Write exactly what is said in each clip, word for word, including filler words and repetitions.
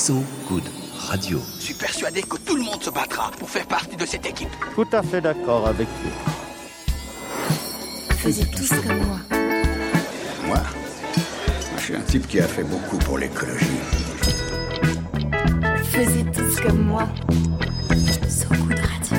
So Good Radio. Je suis persuadé que tout le monde se battra pour faire partie de cette équipe. Tout à fait d'accord avec lui. Faisiez tous comme moi. Moi, je suis un type qui a fait beaucoup pour l'écologie. Faisiez tous comme moi. So Good Radio.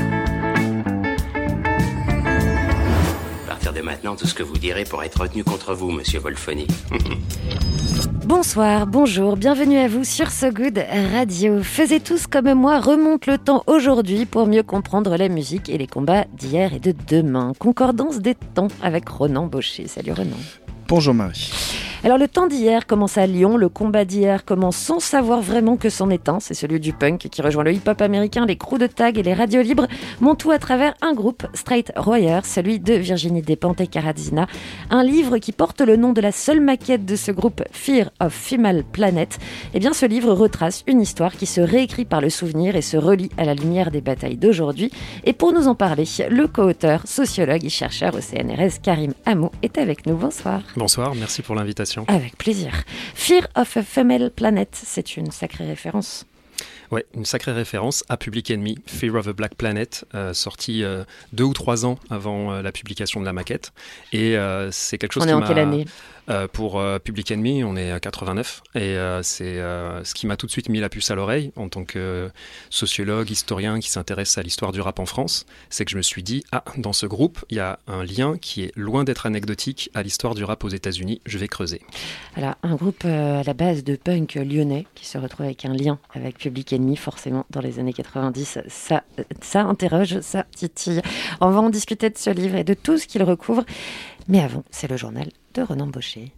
À partir de maintenant, tout ce que vous direz pourra être retenu contre vous, monsieur Wolfoni. Bonsoir, bonjour, bienvenue à vous sur So Good Radio. Faisez tous comme moi, remonte le temps aujourd'hui pour mieux comprendre la musique et les combats d'hier et de demain. Concordance des temps avec Ronan Baucher. Salut Ronan. Bonjour Marie. Alors le temps d'hier commence à Lyon, le combat d'hier commence sans savoir vraiment que c'en est un, c'est celui du punk qui rejoint le hip-hop américain, les crews de tag et les radios libres, montent tout à travers un groupe, Straight Warrior, celui de Virginie Despentes et Karazina, un livre qui porte le nom de la seule maquette de ce groupe, Fear of Female Planet. Eh bien ce livre retrace une histoire qui se réécrit par le souvenir et se relie à la lumière des batailles d'aujourd'hui. Et pour nous en parler, le co-auteur, sociologue et chercheur au C N R S, Karim Amou, est avec nous. Bonsoir. Bonsoir, merci pour l'invitation. Avec plaisir. Fear of a Female Planet, c'est une sacrée référence. Ouais, une sacrée référence à Public Enemy, Fear of a Black Planet, euh, sorti euh, deux ou trois ans avant euh, la publication de la maquette. Et euh, c'est quelque chose on qui est en m'a... quelle année ? Euh, pour euh, Public Enemy, on est à quatre-vingt-neuf et euh, c'est euh, ce qui m'a tout de suite mis la puce à l'oreille en tant que sociologue, historien qui s'intéresse à l'histoire du rap en France. C'est que je me suis dit, ah, dans ce groupe, il y a un lien qui est loin d'être anecdotique à l'histoire du rap aux États-Unis. Je vais creuser. Alors, un groupe euh, à la base de punk lyonnais qui se retrouve avec un lien avec Public Enemy, forcément, dans les années quatre-vingt-dix, ça, ça interroge, ça titille. On va en discuter de ce livre et de tout ce qu'il recouvre. Mais avant, c'est le journal de Ronan Baucher.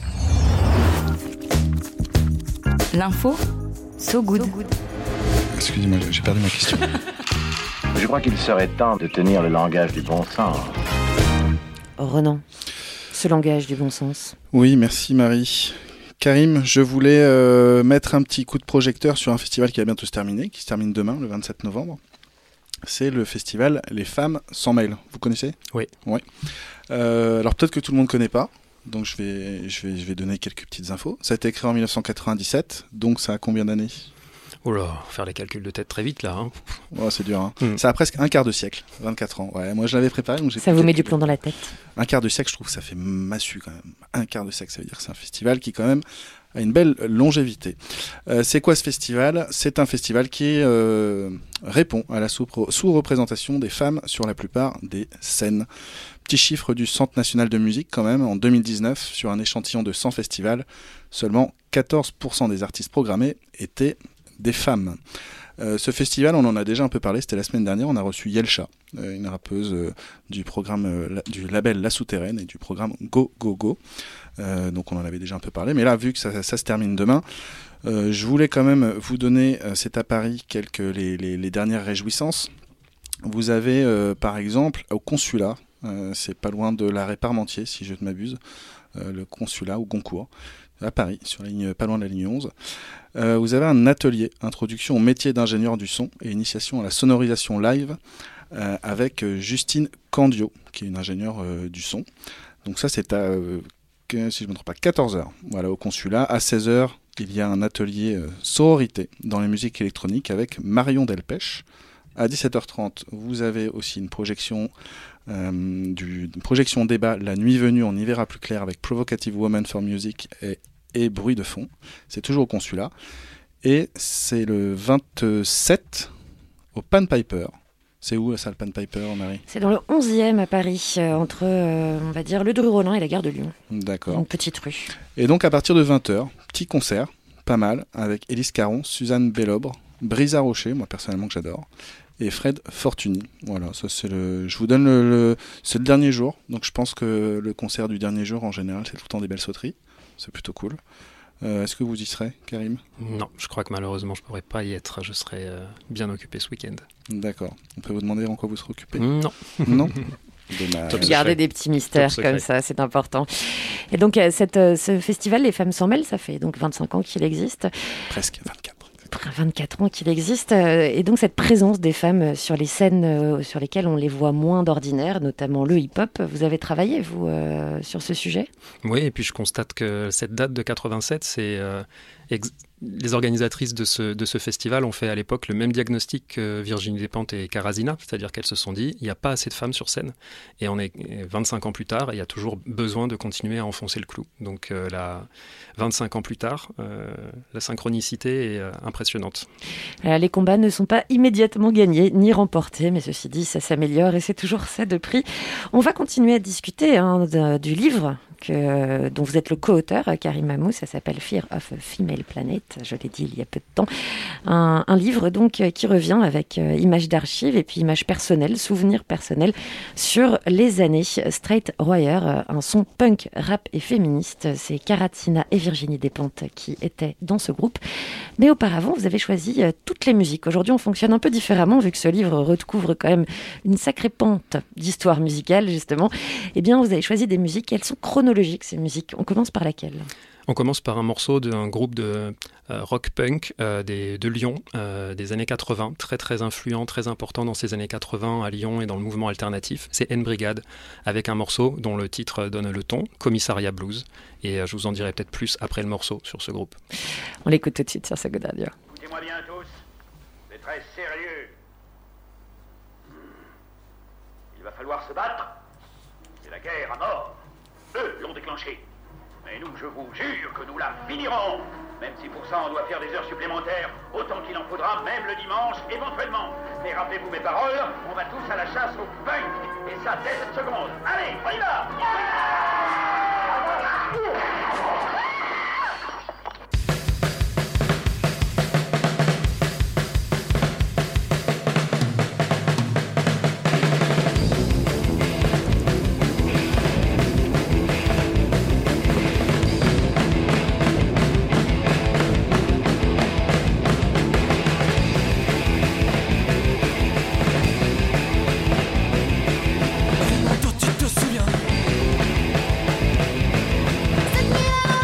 L'info, So Good. So good. Excusez-moi, j'ai perdu ma question. Je crois qu'il serait temps de tenir le langage du bon sens. Ronan, ce langage du bon sens. Oui, merci Marie. Karim, je voulais euh, mettre un petit coup de projecteur sur un festival qui va bientôt se terminer, qui se termine demain, le vingt-sept novembre. C'est le festival Les Femmes sans mail. Vous connaissez ? Oui. Ouais. Euh, alors peut-être que tout le monde ne connaît pas, donc je vais, je, vais, je vais donner quelques petites infos. Ça a été créé en dix-neuf cent quatre-vingt-dix-sept, donc ça a combien d'années ? Oh là, faire les calculs de tête très vite là. Hein. Oh, c'est dur. Hein. Mm. Ça a presque un quart de siècle, vingt-quatre ans. Ouais, moi je l'avais préparé. Donc j'ai ça vous met du plomb dans la tête. Un quart de siècle, je trouve que ça fait massue quand même. Un quart de siècle, ça veut dire que c'est un festival qui quand même a une belle longévité. Euh, c'est quoi ce festival ? C'est un festival qui euh, répond à la sous-représentation des femmes sur la plupart des scènes. Petit chiffre du Centre national de musique quand même, en deux mille dix-neuf, sur un échantillon de cent festivals, seulement quatorze pour cent des artistes programmés étaient des femmes. Euh, ce festival, on en a déjà un peu parlé, c'était la semaine dernière, on a reçu Yelcha, euh, une rappeuse euh, du programme euh, la, du label La Souterraine et du programme Go Go Go. Euh, donc on en avait déjà un peu parlé, mais là, vu que ça, ça se termine demain, euh, je voulais quand même vous donner, euh, c'est à Paris, quelques les, les, les dernières réjouissances. Vous avez euh, par exemple au consulat, euh, c'est pas loin de l'arrêt Parmentier si je ne m'abuse, euh, le consulat au Goncourt, à Paris, sur la ligne, pas loin de la ligne onze. Euh, vous avez un atelier, introduction au métier d'ingénieur du son et initiation à la sonorisation live euh, avec euh, Justine Candio, qui est une ingénieure euh, du son. Donc ça c'est à, euh, que, si je ne me trompe pas, quatorze heures, voilà, au consulat. À seize heures, il y a un atelier euh, sororité dans les musiques électroniques avec Marion Delpech. À dix-sept heures trente, vous avez aussi une projection, euh, du, une projection débat La Nuit Venue, on y verra plus clair avec Provocative Woman for Music et, et Bruit de fond. C'est toujours au consulat. Et c'est le vingt-sept au Pan Piper. C'est où la salle Pan Piper, Marie ? C'est dans le onzième à Paris, euh, entre, euh, on va dire, le Dru-Rollin et la gare de Lyon. D'accord. Une petite rue. Et donc à partir de vingt heures, petit concert, pas mal, avec Élise Caron, Suzanne Bellobre, Brisa Rocher, moi personnellement que j'adore, et Fred Fortuny. Voilà, ça c'est le. Je vous donne le, le. C'est le dernier jour, donc je pense que le concert du dernier jour en général c'est tout le temps des belles sauteries. C'est plutôt cool. Euh, est-ce que vous y serez, Karim ? Non, je crois que malheureusement je pourrais pas y être. Je serai euh, bien occupé ce week-end. D'accord. On peut vous demander en quoi vous serez occupé ? Non. Non. Dommage. Garder des petits mystères comme ça, c'est important. Et donc cette, ce festival Les Femmes sans mail, ça fait donc vingt-cinq ans qu'il existe. Presque vingt-quatre. vingt-quatre ans qu'il existe, et donc cette présence des femmes sur les scènes sur lesquelles on les voit moins d'ordinaire, notamment le hip-hop. Vous avez travaillé, vous, euh, sur ce sujet ? Oui, et puis je constate que cette date de quatre-vingt-sept, c'est, euh, Ex- les organisatrices de ce, de ce festival ont fait à l'époque le même diagnostic que Virginie Despentes et Karazina, c'est-à-dire qu'elles se sont dit, il n'y a pas assez de femmes sur scène. Et on est vingt-cinq ans plus tard, et il y a toujours besoin de continuer à enfoncer le clou. Donc euh, là, vingt-cinq ans plus tard, euh, la synchronicité est euh, impressionnante. Alors, les combats ne sont pas immédiatement gagnés ni remportés, mais ceci dit, ça s'améliore et c'est toujours ça de prix. On va continuer à discuter hein, de, du livre que, dont vous êtes le co-auteur, Karim Amou, ça s'appelle Fear of a Female Planet, je l'ai dit il y a peu de temps. Un, un livre donc qui revient avec euh, images d'archives et puis images personnelles, souvenirs personnels sur les années Straight Warrior, un son punk, rap et féministe. C'est Karazina et Virginie Despentes qui étaient dans ce groupe. Mais auparavant, vous avez choisi euh, toutes les musiques. Aujourd'hui, on fonctionne un peu différemment vu que ce livre recouvre quand même une sacrée pente d'histoire musicale, justement. Eh bien, vous avez choisi des musiques et elles sont chronologiques, ces musiques. On commence par laquelle ? On commence par un morceau d'un groupe de euh, rock punk euh, des, de Lyon euh, des années quatre-vingts, très très influent, très important dans ces années quatre-vingts à Lyon et dans le mouvement alternatif. C'est N-Brigade, avec un morceau dont le titre donne le ton, Commissariat Blues. Et euh, je vous en dirai peut-être plus après le morceau sur ce groupe. On l'écoute tout de suite sur So Good Radio. Écoutez-moi bien tous, c'est très sérieux. Il va falloir se battre. C'est la guerre à mort. Eux l'ont déclenchée. Mais nous, je vous jure que nous la finirons. Même si pour ça on doit faire des heures supplémentaires, autant qu'il en faudra, même le dimanche, éventuellement. Mais rappelez-vous mes paroles, on va tous à la chasse au punk. Et ça dès cette seconde. Allez, on y va! Cette nuit-là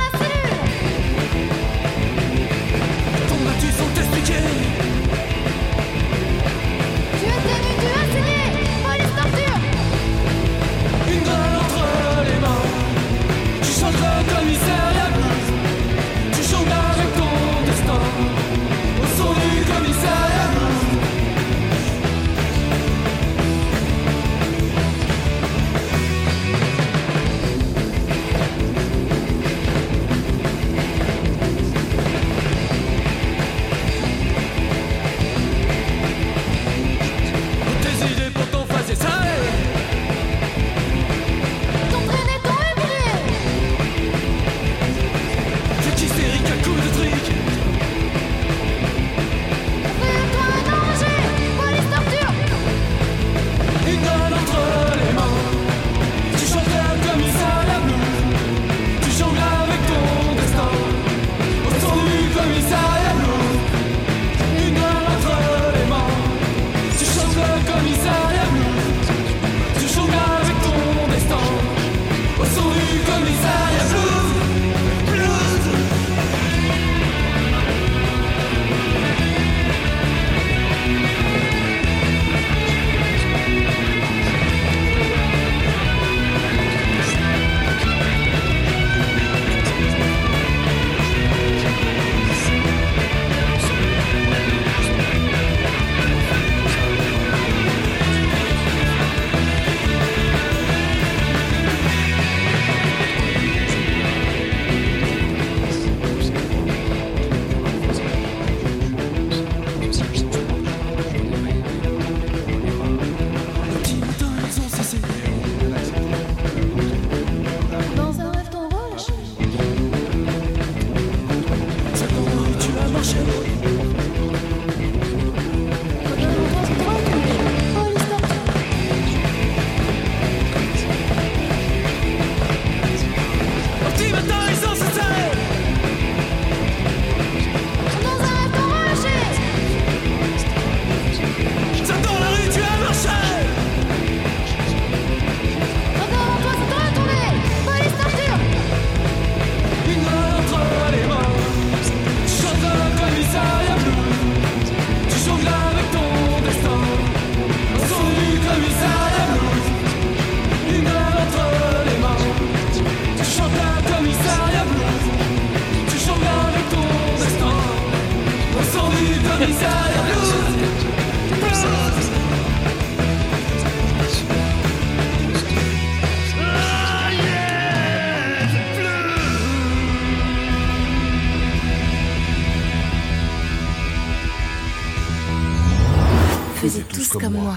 Faisez tous comme moi.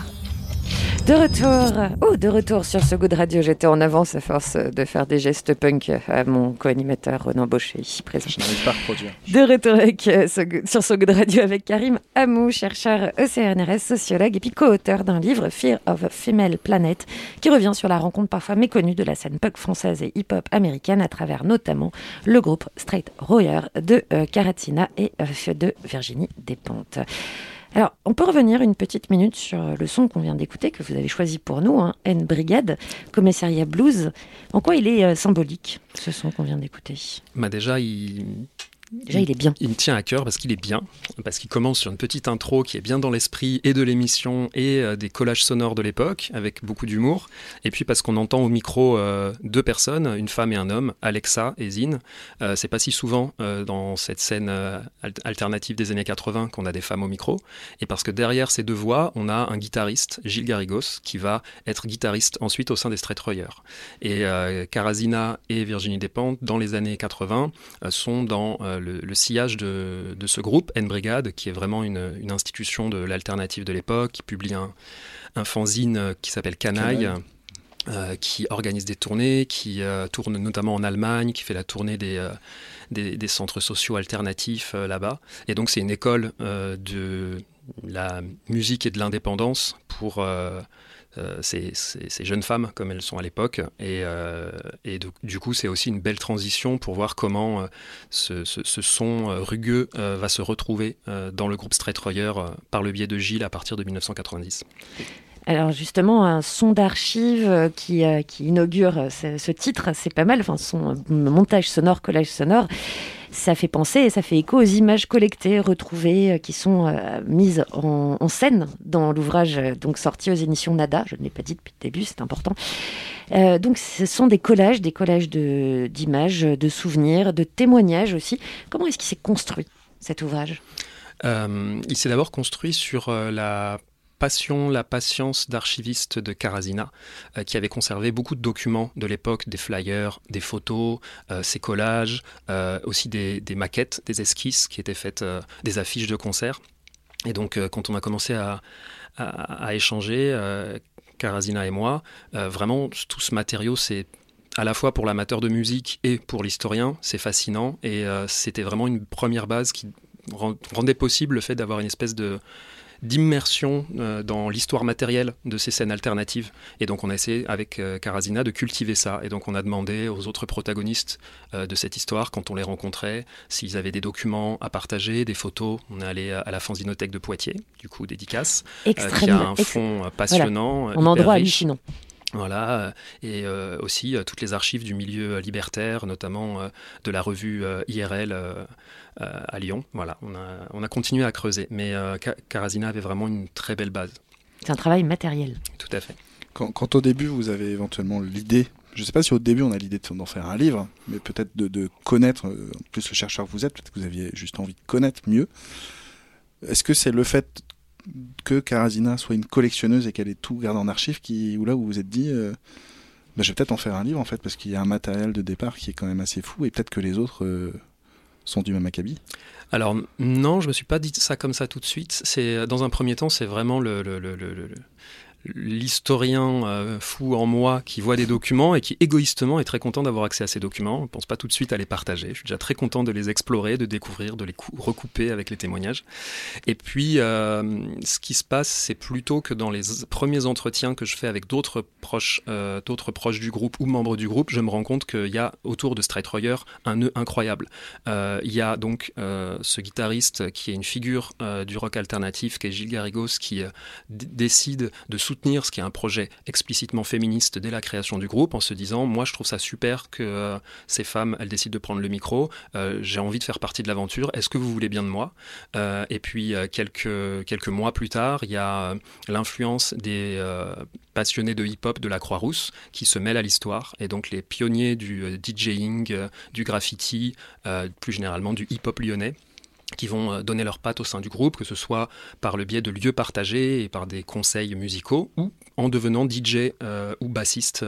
De retour, oh, de retour sur ce goût de radio. J'étais en avance à force de faire des gestes punk à mon co-animateur Renan Baucher, ici présent. Je n'arrive pas à reproduire. De retour avec, euh, ce, sur ce goût de radio avec Karim Amou, chercheur E C N R S, sociologue et puis co-auteur d'un livre, Fear of a Female Planet, qui revient sur la rencontre parfois méconnue de la scène punk française et hip-hop américaine à travers notamment le groupe Straight Royer de euh, Karatina et euh, de Virginie Despentes. Alors, on peut revenir une petite minute sur le son qu'on vient d'écouter, que vous avez choisi pour nous, hein, N Brigade, Commissariat Blues. En quoi il est euh, symbolique, ce son qu'on vient d'écouter ? Bah déjà, il... Déjà, il est bien. Il me tient à cœur parce qu'il est bien, parce qu'il commence sur une petite intro qui est bien dans l'esprit et de l'émission et euh, des collages sonores de l'époque, avec beaucoup d'humour. Et puis parce qu'on entend au micro euh, deux personnes, une femme et un homme, Alexa et Zine. Euh, c'est pas si souvent euh, dans cette scène euh, alternative des années quatre-vingts qu'on a des femmes au micro. Et parce que derrière ces deux voix, on a un guitariste, Gilles Garrigos, qui va être guitariste ensuite au sein des Straight Royers. Et euh, Karazina et Virginie Despentes, dans les années quatre-vingts, euh, sont dans euh, Le, le sillage de, de ce groupe, N Brigade, qui est vraiment une, une institution de l'alternative de l'époque, qui publie un, un fanzine qui s'appelle Canaille, euh, qui organise des tournées, qui euh, tourne notamment en Allemagne, qui fait la tournée des, euh, des, des centres sociaux alternatifs euh, là-bas. Et donc c'est une école euh, de la musique et de l'indépendance pour... Euh, Euh, ces, ces, ces jeunes femmes comme elles sont à l'époque et, euh, et de, du coup c'est aussi une belle transition pour voir comment euh, ce, ce, ce son euh, rugueux euh, va se retrouver euh, dans le groupe Straight Royer euh, par le biais de Gilles à partir de dix-neuf cent quatre-vingt-dix. Alors justement, un son d'archives qui, euh, qui inaugure ce, ce titre, c'est pas mal, enfin son montage sonore, collage sonore. Ça fait penser et ça fait écho aux images collectées, retrouvées, qui sont euh, mises en, en scène dans l'ouvrage donc sorti aux éditions Nada. Je ne l'ai pas dit depuis le début, c'est important. Euh, donc ce sont des collages, des collages de, d'images, de souvenirs, de témoignages aussi. Comment est-ce qu'il s'est construit, cet ouvrage ? euh, Il s'est d'abord construit sur euh, la... passion, la patience d'archiviste de Karazina, euh, qui avait conservé beaucoup de documents de l'époque, des flyers, des photos, euh, ses collages, euh, aussi des, des maquettes, des esquisses qui étaient faites, euh, des affiches de concerts. Et donc, euh, quand on a commencé à, à, à échanger, euh, Karazina et moi, euh, vraiment, tout ce matériau, c'est à la fois pour l'amateur de musique et pour l'historien, c'est fascinant. Et euh, c'était vraiment une première base qui rendait possible le fait d'avoir une espèce de d'immersion euh, dans l'histoire matérielle de ces scènes alternatives. Et donc on a essayé avec euh, Karazina de cultiver ça. Et donc on a demandé aux autres protagonistes euh, de cette histoire, quand on les rencontrait, s'ils avaient des documents à partager, des photos. On est allé à la Fanzinothèque de Poitiers, du coup dédicace, euh, qui a un fond passionnant, voilà. Un endroit hallucinant. Voilà, et euh, aussi euh, toutes les archives du milieu libertaire, notamment euh, de la revue euh, I R L euh, euh, à Lyon. Voilà, on a, on a continué à creuser, mais euh, Karazina avait vraiment une très belle base. C'est un travail matériel. Tout à fait. Quand, quand au début, vous avez éventuellement l'idée, je ne sais pas si au début on a l'idée d'en faire un livre, mais peut-être de, de connaître, euh, en plus le chercheur que vous êtes, peut-être que vous aviez juste envie de connaître mieux. Est-ce que c'est le fait que Karazina soit une collectionneuse et qu'elle ait tout gardé en archives, qui, ou là où vous vous êtes dit, euh, bah, je vais peut-être en faire un livre en fait, parce qu'il y a un matériel de départ qui est quand même assez fou, et peut-être que les autres euh, sont du même acabit. Alors non, je me suis pas dit ça comme ça tout de suite. C'est, dans un premier temps, c'est vraiment le, le, le, le, le l'historien euh, fou en moi qui voit des documents et qui égoïstement est très content d'avoir accès à ces documents. On ne pense pas tout de suite à les partager. Je suis déjà très content de les explorer, de découvrir, de les cou- recouper avec les témoignages. Et puis, euh, ce qui se passe, c'est plutôt que dans les premiers entretiens que je fais avec d'autres proches, euh, d'autres proches du groupe ou membres du groupe, je me rends compte qu'il y a autour de Straight Royer un nœud incroyable. Euh, il y a donc euh, ce guitariste qui est une figure euh, du rock alternatif, qui est Gilles Garrigos, qui euh, d- décide de soutenir soutenir ce qui est un projet explicitement féministe dès la création du groupe, en se disant, moi je trouve ça super que euh, ces femmes, elles décident de prendre le micro, euh, j'ai envie de faire partie de l'aventure, est-ce que vous voulez bien de moi ? euh, Et puis euh, quelques, quelques mois plus tard, il y a euh, l'influence des euh, passionnés de hip-hop de la Croix-Rousse qui se mêlent à l'histoire, et donc les pionniers du euh, DJing, euh, du graffiti, euh, plus généralement du hip-hop lyonnais, qui vont donner leur patte au sein du groupe, que ce soit par le biais de lieux partagés et par des conseils musicaux, ou en devenant D J euh, ou bassiste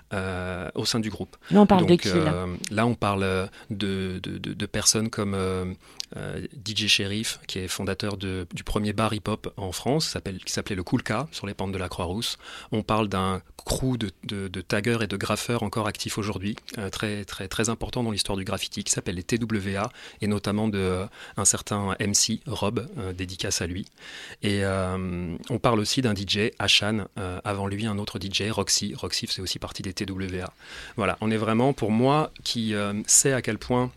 euh, au sein du groupe. Là, on parle Donc, de qui, là euh, Là, on parle de, de, de, de personnes comme euh, euh, D J Shérif, qui est fondateur de, du premier bar hip-hop en France, qui s'appelait le Cool K, sur les pentes de la Croix-Rousse. On parle d'un crew de, de, de taggeurs et de graffeurs encore actifs aujourd'hui, euh, très, très, très important dans l'histoire du graffiti, qui s'appelle les T W A, et notamment de euh, un certain M C, Rob, euh, dédicace à lui. Et euh, on parle aussi d'un D J, Ashan, euh, avant lui un autre D J, Roxy. Roxy fait aussi partie des T W A. Voilà, on est vraiment, pour moi, qui euh, sait à quel point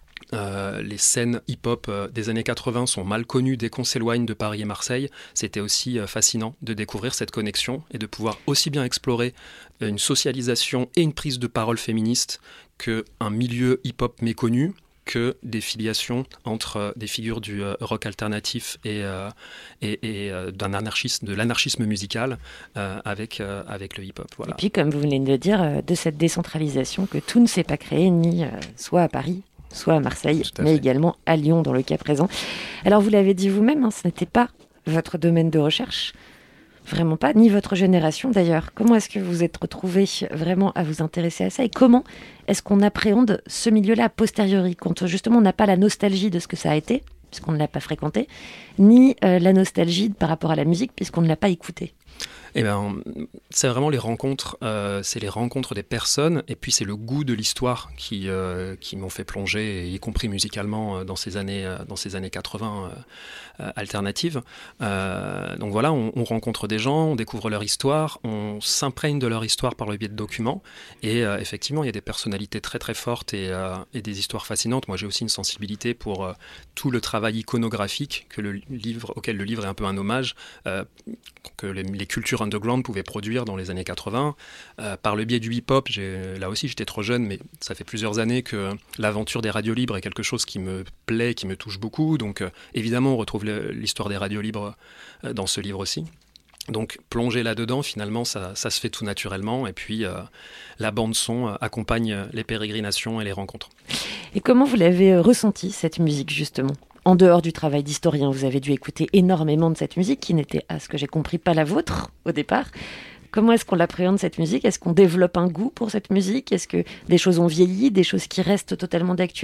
Euh, les scènes hip-hop euh, des années quatre-vingts sont mal connues dès qu'on s'éloigne de Paris et Marseille. C'était aussi euh, fascinant de découvrir cette connexion et de pouvoir aussi bien explorer euh, une socialisation et une prise de parole féministe qu'un milieu hip-hop méconnu, que des filiations entre euh, des figures du euh, rock alternatif et, euh, et, et euh, d'un anarchisme, de l'anarchisme musical euh, avec, euh, avec le hip-hop. Voilà. Et puis, comme vous venez de le dire, euh, de cette décentralisation que tout ne s'est pas créé, ni euh, soit à Paris, soit à Marseille, à mais fait. également à Lyon dans le cas présent. Alors vous l'avez dit vous-même, hein, ce n'était pas votre domaine de recherche, vraiment pas, ni votre génération d'ailleurs. Comment est-ce que vous êtes retrouvé vraiment à vous intéresser à ça et comment est-ce qu'on appréhende ce milieu-là a posteriori, quand justement on n'a pas la nostalgie de ce que ça a été, puisqu'on ne l'a pas fréquenté, ni euh, la nostalgie par rapport à la musique, puisqu'on ne l'a pas écoutée? Eh ben, c'est vraiment les rencontres, euh, c'est les rencontres des personnes, et puis c'est le goût de l'histoire qui, euh, qui m'ont fait plonger, y compris musicalement, dans ces années, dans ces années quatre-vingts euh, alternatives. Euh, donc voilà, on, on rencontre des gens, on découvre leur histoire, on s'imprègne de leur histoire par le biais de documents, et euh, effectivement, il y a des personnalités très très fortes et, euh, et des histoires fascinantes. Moi, j'ai aussi une sensibilité pour euh, tout le travail iconographique que le livre, auquel le livre est un peu un hommage, euh, que les, les cultures underground pouvaient produire dans les années quatre-vingts. Euh, par le biais du hip-hop, j'ai, là aussi j'étais trop jeune, mais ça fait plusieurs années que l'aventure des radios libres est quelque chose qui me plaît, qui me touche beaucoup. Donc euh, évidemment, on retrouve le, l'histoire des radios libres euh, dans ce livre aussi. Donc plonger là-dedans, finalement, ça, ça se fait tout naturellement. Et puis euh, la bande-son euh, accompagne les pérégrinations et les rencontres. Et comment vous l'avez euh, ressenti, cette musique, justement ? En dehors du travail d'historien, vous avez dû écouter énormément de cette musique qui n'était, à ce que j'ai compris, pas la vôtre au départ. Comment est-ce qu'on l'appréhende, cette musique ? Est-ce qu'on développe un goût pour cette musique ? Est-ce que des choses ont vieilli, des choses qui restent totalement d'actualité ?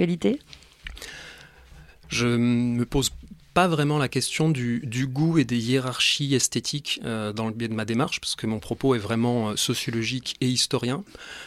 Je me pose pas vraiment la question du, du goût et des hiérarchies esthétiques euh, dans le biais de ma démarche, parce que mon propos est vraiment euh, sociologique et historien.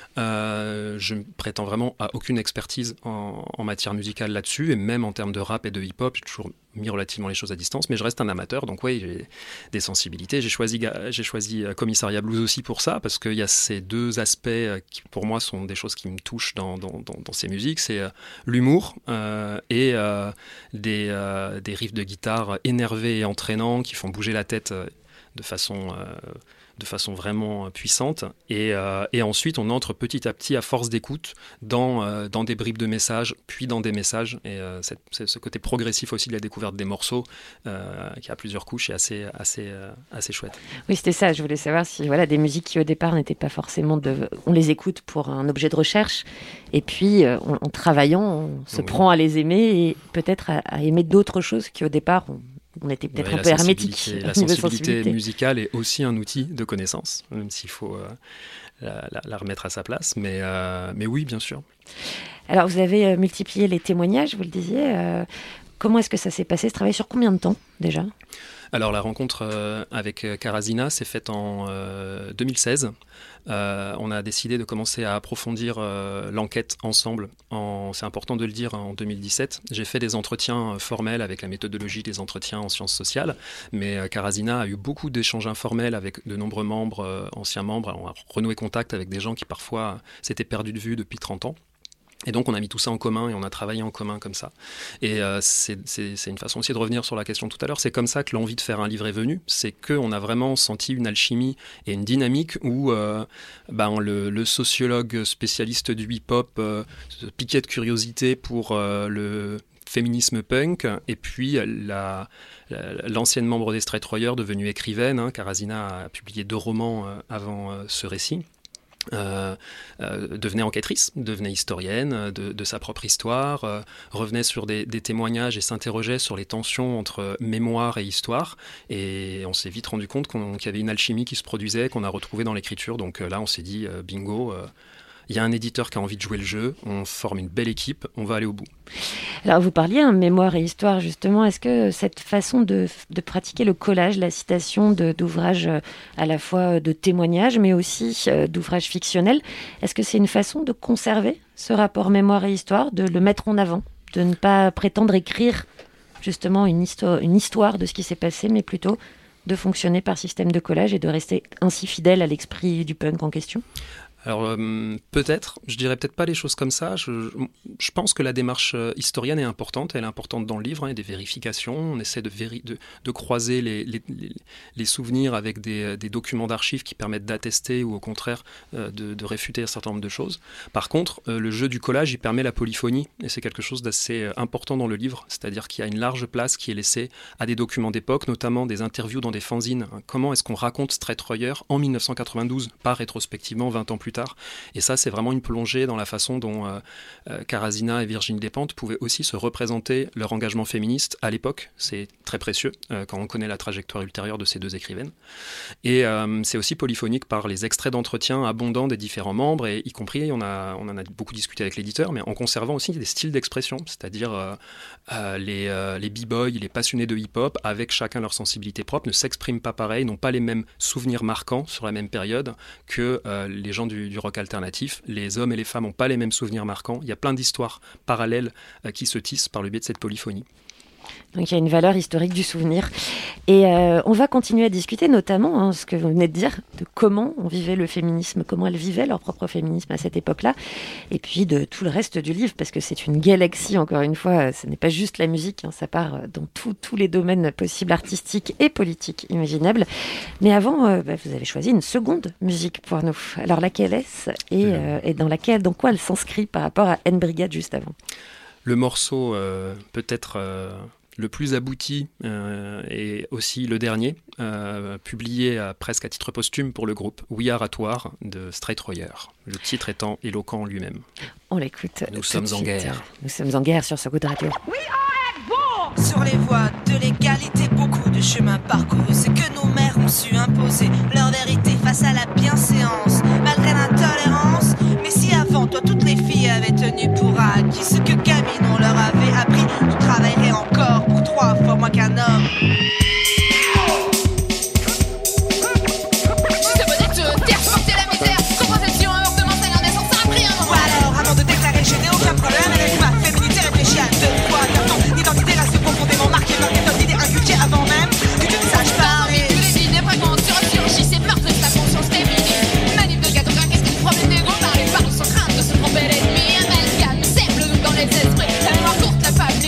Euh, je ne prétends vraiment à aucune expertise en, en matière musicale là-dessus, et même en termes de rap et de hip-hop, j'ai toujours mis relativement les choses à distance, mais je reste un amateur, donc oui, j'ai des sensibilités. J'ai choisi, j'ai choisi Commissariat Blues aussi pour ça, parce qu'il y a ces deux aspects qui, pour moi, sont des choses qui me touchent dans, dans, dans, dans ces musiques. C'est euh, l'humour euh, et euh, des, euh, des riffs de guitare énervés et entraînants qui font bouger la tête euh, de façon... Euh, de façon vraiment puissante, et, euh, et ensuite on entre petit à petit à force d'écoute dans, euh, dans des bribes de messages, puis dans des messages, et euh, cette, c'est ce côté progressif aussi de la découverte des morceaux euh, qui a plusieurs couches et assez, assez, euh, assez chouette. Oui, c'était ça, je voulais savoir si voilà, des musiques qui au départ n'étaient pas forcément de... on les écoute pour un objet de recherche, et puis euh, en, en travaillant on se oui. prend à les aimer et peut-être à, à aimer d'autres choses qui au départ on... On était peut-être ouais, un peu hermétique. La sensibilité, sensibilité musicale est aussi un outil de connaissance, même s'il faut euh, la, la, la remettre à sa place. Mais, euh, mais oui, bien sûr. Alors, vous avez euh, multiplié les témoignages, vous le disiez. Euh, comment est-ce que ça s'est passé, ce travail, sur combien de temps déjà ? Alors, la rencontre euh, avec Karazina s'est faite en euh, deux mille seize. Euh, on a décidé de commencer à approfondir euh, l'enquête ensemble. En, c'est important de le dire, en deux mille dix-sept. J'ai fait des entretiens formels avec la méthodologie des entretiens en sciences sociales, mais euh, Karazina a eu beaucoup d'échanges informels avec de nombreux membres, euh, anciens membres. Alors, on a renoué contact avec des gens qui parfois s'étaient perdus de vue depuis trente ans. Et donc on a mis tout ça en commun et on a travaillé en commun comme ça. Et euh, c'est, c'est, c'est une façon aussi de revenir sur la question tout à l'heure. C'est comme ça que l'envie de faire un livre est venue. C'est qu'on a vraiment senti une alchimie et une dynamique où euh, ben, le, le sociologue spécialiste du hip-hop euh, piquait de curiosité pour euh, le féminisme punk, et puis la, la, l'ancienne membre des Straight Royers devenue écrivaine, hein, Karazina a publié deux romans euh, avant euh, ce récit. Euh, euh, devenait enquêtrice, devenait historienne de, de sa propre histoire, euh, revenait sur des, des témoignages et s'interrogeait sur les tensions entre mémoire et histoire. Et on s'est vite rendu compte qu'on, qu'il y avait une alchimie qui se produisait, qu'on a retrouvée dans l'écriture. Donc euh, là, on s'est dit, euh, bingo, il euh, y a un éditeur qui a envie de jouer le jeu, on forme une belle équipe, on va aller au bout. Alors vous parliez hein, mémoire et histoire justement, est-ce que cette façon de, de pratiquer le collage, la citation de, d'ouvrages euh, à la fois de témoignages mais aussi euh, d'ouvrages fictionnels, est-ce que c'est une façon de conserver ce rapport mémoire et histoire, de le mettre en avant, de ne pas prétendre écrire justement une histoire, une histoire de ce qui s'est passé, mais plutôt de fonctionner par système de collage et de rester ainsi fidèle à l'esprit du punk en question ? Alors euh, peut-être, je dirais peut-être pas les choses comme ça. Je, je pense que la démarche historienne est importante, elle est importante dans le livre, hein, il y a des vérifications, on essaie de, véri- de, de croiser les, les, les souvenirs avec des, des documents d'archives qui permettent d'attester ou au contraire euh, de, de réfuter un certain nombre de choses. Par contre, euh, le jeu du collage, il permet la polyphonie et c'est quelque chose d'assez important dans le livre, c'est-à-dire qu'il y a une large place qui est laissée à des documents d'époque, notamment des interviews dans des fanzines. Hein. Comment est-ce qu'on raconte Straight Royer en dix-neuf cent quatre-vingt-douze, pas rétrospectivement vingt ans plus tard. Et ça, c'est vraiment une plongée dans la façon dont euh, euh, Karazina et Virginie Despentes pouvaient aussi se représenter leur engagement féministe à l'époque. C'est très précieux euh, quand on connaît la trajectoire ultérieure de ces deux écrivaines. Et euh, c'est aussi polyphonique par les extraits d'entretien abondants des différents membres, et y compris, on, a, on en a beaucoup discuté avec l'éditeur, mais en conservant aussi des styles d'expression, c'est-à-dire euh, euh, les, euh, les b-boys, les passionnés de hip-hop, avec chacun leur sensibilité propre, ne s'expriment pas pareil, n'ont pas les mêmes souvenirs marquants sur la même période que euh, les gens du du rock alternatif. Les hommes et les femmes n'ont pas les mêmes souvenirs marquants. Il y a plein d'histoires parallèles euh, qui se tissent par le biais de cette polyphonie. Donc il y a une valeur historique du souvenir. Et euh, on va continuer à discuter notamment, hein, ce que vous venez de dire, de comment on vivait le féminisme, comment elles vivaient leur propre féminisme à cette époque-là, et puis de tout le reste du livre, parce que c'est une galaxie, encore une fois, ce n'est pas juste la musique, hein, ça part dans tout, tous les domaines possibles, artistiques et politiques imaginables. Mais avant, euh, bah, vous avez choisi une seconde musique pour nous. Alors laquelle est-ce et, euh, et dans laquelle, dans quoi elle s'inscrit par rapport à N Brigade juste avant ? Le morceau euh, peut-être... Euh... le plus abouti euh, et aussi le dernier, euh, publié à, presque à titre posthume pour le groupe We Are At War de Straight Royer, le titre étant éloquent en lui-même. On l'écoute. Nous sommes en guerre. Nous sommes en guerre sur ce goût de radio. We are at war. Sur les voies de l'égalité, beaucoup de chemins parcourus. C'est que nos mères ont su imposer leur vérité face à la bienséance, malgré l'intolérance. Mais si avant toi toutes les filles avaient tenu pour acquis ce que gamine on leur avait appris, tu travaillerais encore pour trois fois moins qu'un homme. Ça veut dire te taire, supporter la misère, contraception, avortement, c'est la naissance, ça a pris un moment. Ou alors, avant de déclarer je n'ai aucun problème avec ma féminité, réfléchis à deux fois, car ton identité reste profondément marquée par des codes d'idées inculquées avant même que tu ne saches parler. Que les idées fréquentes surgissent et meurtrissent ta conscience féminine. Manip de gâteau, qu'est-ce qu'il problème d'égo, parler par sans crainte de se tromper l'ennemi. Amalgame, sème le doute dans les esprits, la mémoire courte, la femme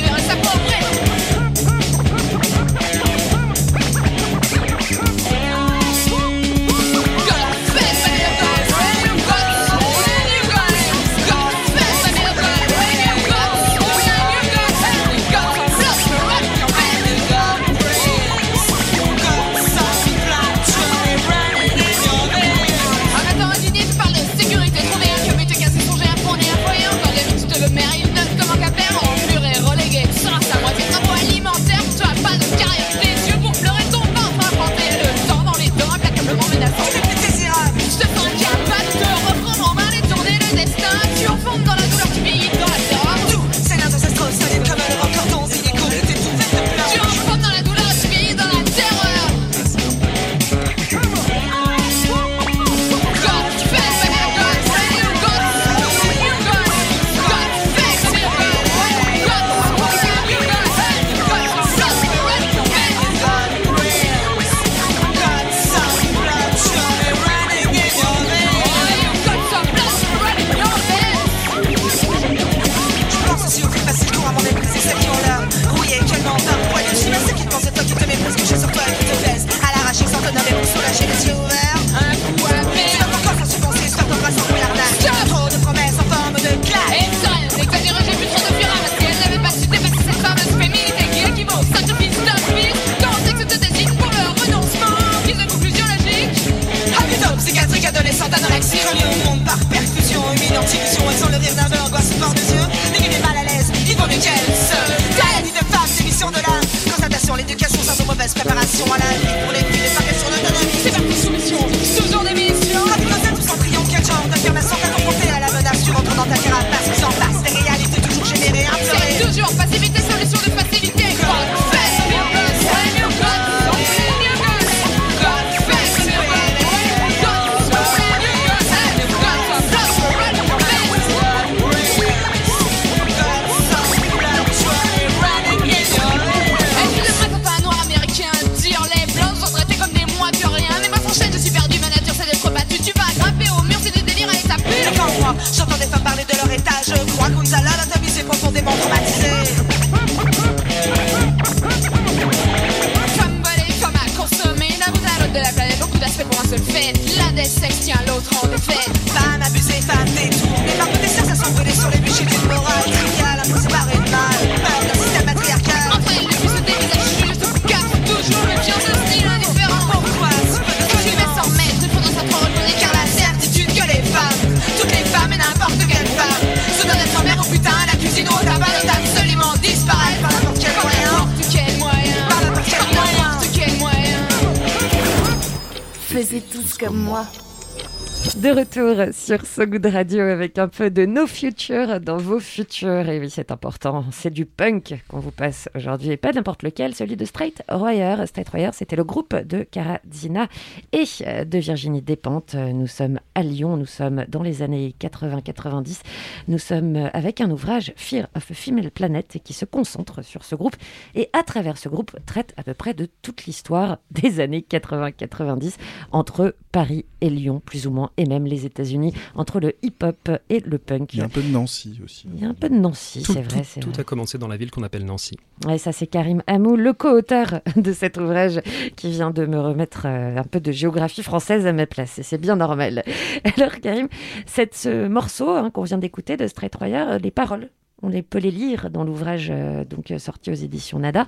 faisiez tous comme moi. De retour sur So Good Radio avec un peu de No Future dans vos futurs. Et oui, c'est important. C'est du punk qu'on vous passe aujourd'hui et pas n'importe lequel, celui de Straight Royer. Straight Royer, c'était le groupe de Karadina et de Virginie Despentes. Nous sommes à Lyon, nous sommes dans les années quatre-vingts quatre-vingt-dix. Nous sommes avec un ouvrage Fear of a Female Planet qui se concentre sur ce groupe et à travers ce groupe traite à peu près de toute l'histoire des années quatre-vingts quatre-vingt-dix entre Paris et Lyon, plus ou moins, et même les États-Unis, entre le hip-hop et le punk. Il y a un peu de Nancy aussi. Il y a un peu de Nancy, tout, c'est vrai. Tout, c'est tout vrai. a commencé dans la ville qu'on appelle Nancy. Ouais, ça c'est Karim Hamou, le co-auteur de cet ouvrage, qui vient de me remettre euh, un peu de géographie française à ma place, et c'est bien normal. Alors Karim, cette, ce morceau hein, qu'on vient d'écouter de Straight Royer, euh, les paroles, on les peut les lire dans l'ouvrage euh, donc euh, sorti aux éditions Nada.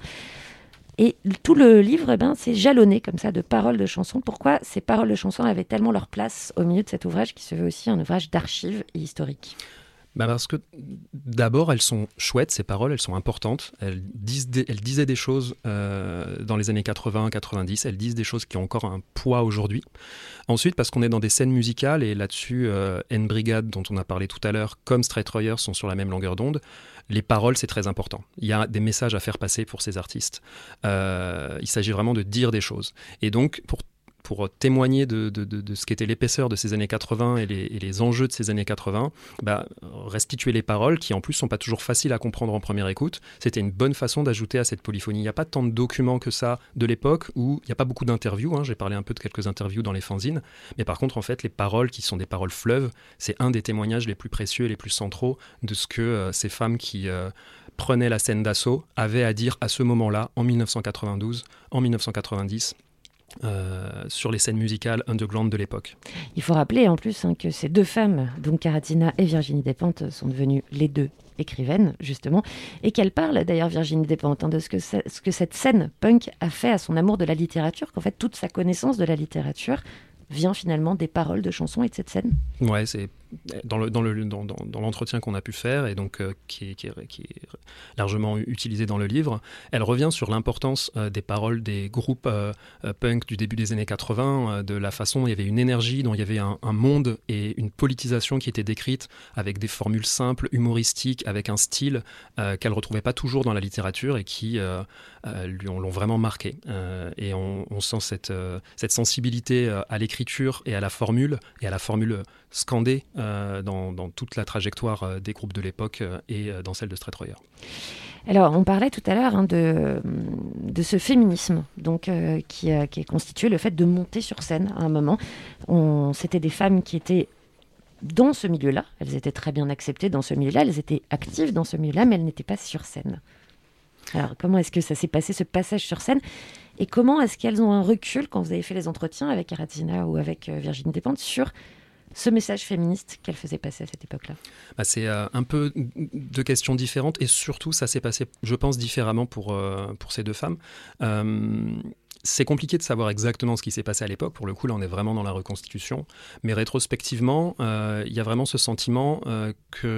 Et tout le livre, eh ben, c'est jalonné comme ça de paroles de chansons. Pourquoi ces paroles de chansons avaient tellement leur place au milieu de cet ouvrage qui se veut aussi un ouvrage d'archives et historique? Bah parce que d'abord, elles sont chouettes, ces paroles, elles sont importantes. Elles, disent des, elles disaient des choses euh, dans les années quatre-vingts quatre-vingt-dix, elles disent des choses qui ont encore un poids aujourd'hui. Ensuite, parce qu'on est dans des scènes musicales, et là-dessus, euh, N-Brigade, dont on a parlé tout à l'heure, comme Straight Royer sont sur la même longueur d'onde, les paroles, c'est très important. Il y a des messages à faire passer pour ces artistes. Euh, il s'agit vraiment de dire des choses. Et donc, pour pour témoigner de, de, de, de ce qu'était l'épaisseur de ces années quatre-vingts et les, et les enjeux de ces années quatre-vingts, bah, restituer les paroles, qui en plus sont pas toujours faciles à comprendre en première écoute, c'était une bonne façon d'ajouter à cette polyphonie. Il n'y a pas tant de documents que ça de l'époque, où il n'y a pas beaucoup d'interviews, hein. J'ai parlé un peu de quelques interviews dans les fanzines, mais par contre, en fait, les paroles qui sont des paroles fleuves, c'est un des témoignages les plus précieux et les plus centraux de ce que euh, ces femmes qui euh, prenaient la scène d'assaut avaient à dire à ce moment-là, en dix-neuf cent quatre-vingt-douze, en dix-neuf cent quatre-vingt-dix, Euh, sur les scènes musicales underground de l'époque. Il faut rappeler en plus hein, que ces deux femmes, donc Karadina et Virginie Despentes, sont devenues les deux écrivaines, justement, et qu'elles parlent d'ailleurs, Virginie Despentes, hein, de ce que, ça, ce que cette scène punk a fait à son amour de la littérature, qu'en fait toute sa connaissance de la littérature vient finalement des paroles de chansons et de cette scène. Ouais, c'est dans, le, dans, le, dans, dans, dans l'entretien qu'on a pu faire et donc euh, qui, est, qui, est, qui est largement utilisé dans le livre, elle revient sur l'importance euh, des paroles des groupes euh, euh, punk du début des années quatre-vingts, euh, de la façon dont il y avait une énergie, dont il y avait un, un monde et une politisation qui était décrite avec des formules simples, humoristiques, avec un style euh, qu'elle ne retrouvait pas toujours dans la littérature et qui euh, euh, lui ont, l'ont vraiment marqué. Euh, et on, on sent cette, euh, cette sensibilité euh, à l'écriture et à la formule, et à la formule scandée euh, dans, dans toute la trajectoire euh, des groupes de l'époque euh, et euh, dans celle de Straight Royer. Alors, on parlait tout à l'heure hein, de, de ce féminisme donc, euh, qui, euh, qui est constitué le fait de monter sur scène à un moment. On, c'était des femmes qui étaient dans ce milieu-là, elles étaient très bien acceptées dans ce milieu-là, elles étaient actives dans ce milieu-là, mais elles n'étaient pas sur scène. Alors, comment est-ce que ça s'est passé, ce passage sur scène? Et comment est-ce qu'elles ont un recul, quand vous avez fait les entretiens avec Karadina ou avec euh, Virginie Despentes, sur ce message féministe qu'elle faisait passer à cette époque-là? Bah, c'est euh, un peu deux questions différentes, et surtout, ça s'est passé, je pense, différemment pour, euh, pour ces deux femmes. Euh, c'est compliqué de savoir exactement ce qui s'est passé à l'époque. Pour le coup, là, on est vraiment dans la reconstitution. Mais rétrospectivement, euh, il y a vraiment ce sentiment euh,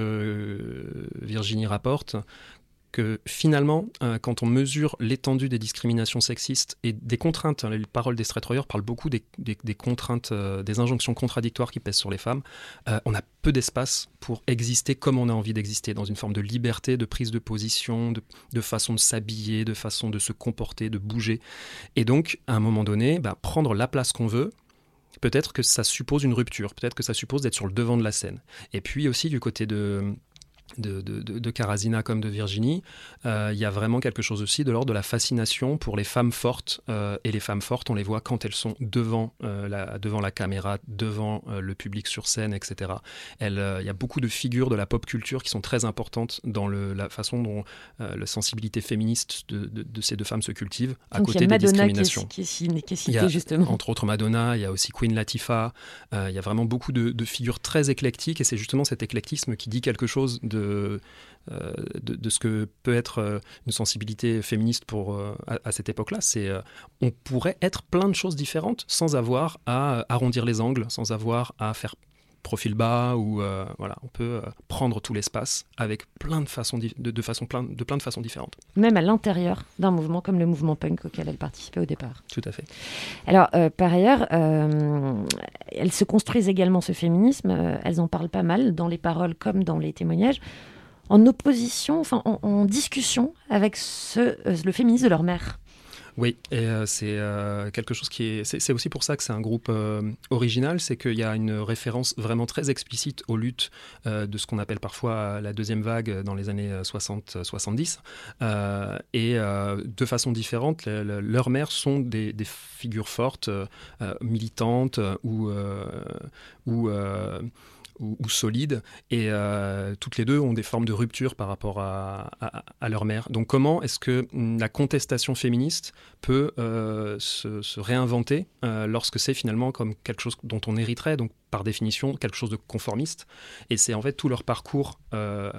que Virginie rapporte, que finalement, euh, quand on mesure l'étendue des discriminations sexistes et des contraintes, hein, les paroles des Straight Royer parlent beaucoup des, des, des contraintes, euh, des injonctions contradictoires qui pèsent sur les femmes, euh, on a peu d'espace pour exister comme on a envie d'exister, dans une forme de liberté, de prise de position, de, de façon de s'habiller, de façon de se comporter, de bouger. Et donc, à un moment donné, bah, prendre la place qu'on veut, peut-être que ça suppose une rupture, peut-être que ça suppose d'être sur le devant de la scène. Et puis aussi, du côté de... De, de, de, de Karadina comme de Virginie, il euh, y a vraiment quelque chose aussi de l'ordre de la fascination pour les femmes fortes, euh, et les femmes fortes, on les voit quand elles sont devant, euh, la, devant la caméra, devant euh, le public sur scène, et cetera. Il euh, y a beaucoup de figures de la pop culture qui sont très importantes dans le, la façon dont euh, la sensibilité féministe de, de, de ces deux femmes se cultive, à Donc, côté des discriminations. Qui est, qui est, qui est citée, il y a, justement. Entre autres Madonna, il y a aussi Queen Latifah, il euh, y a vraiment beaucoup de, de figures très éclectiques, et c'est justement cet éclectisme qui dit quelque chose de De, euh, de, de ce que peut être euh, une sensibilité féministe pour, euh, à, à cette époque-là. C'est, euh, on pourrait être plein de choses différentes sans avoir à arrondir les angles, sans avoir à faire profil bas, où euh, voilà, on peut euh, prendre tout l'espace avec plein de façons, di- de, de, façon, plein, de plein de façons différentes. Même à l'intérieur d'un mouvement comme le mouvement punk auquel elle participait au départ. Tout à fait. Alors, euh, par ailleurs, euh, elles se construisent également ce féminisme, euh, elles en parlent pas mal dans les paroles comme dans les témoignages, en opposition, enfin en, en discussion avec ce, euh, le féminisme de leur mère. Oui, et euh, c'est euh, quelque chose qui est... C'est, c'est aussi pour ça que c'est un groupe euh, original, c'est qu'il y a une référence vraiment très explicite aux luttes euh, de ce qu'on appelle parfois la deuxième vague dans les années soixante soixante-dix. Euh, et euh, de façon différente, le, le, leurs mères sont des, des figures fortes, euh, militantes ou... Euh, ou euh, Ou, ou solides, et euh, toutes les deux ont des formes de rupture par rapport à, à, à leur mère. Donc comment est-ce que la contestation féministe peut euh, se, se réinventer euh, lorsque c'est finalement comme quelque chose dont on hériterait, donc par définition quelque chose de conformiste, et c'est en fait tout leur parcours euh,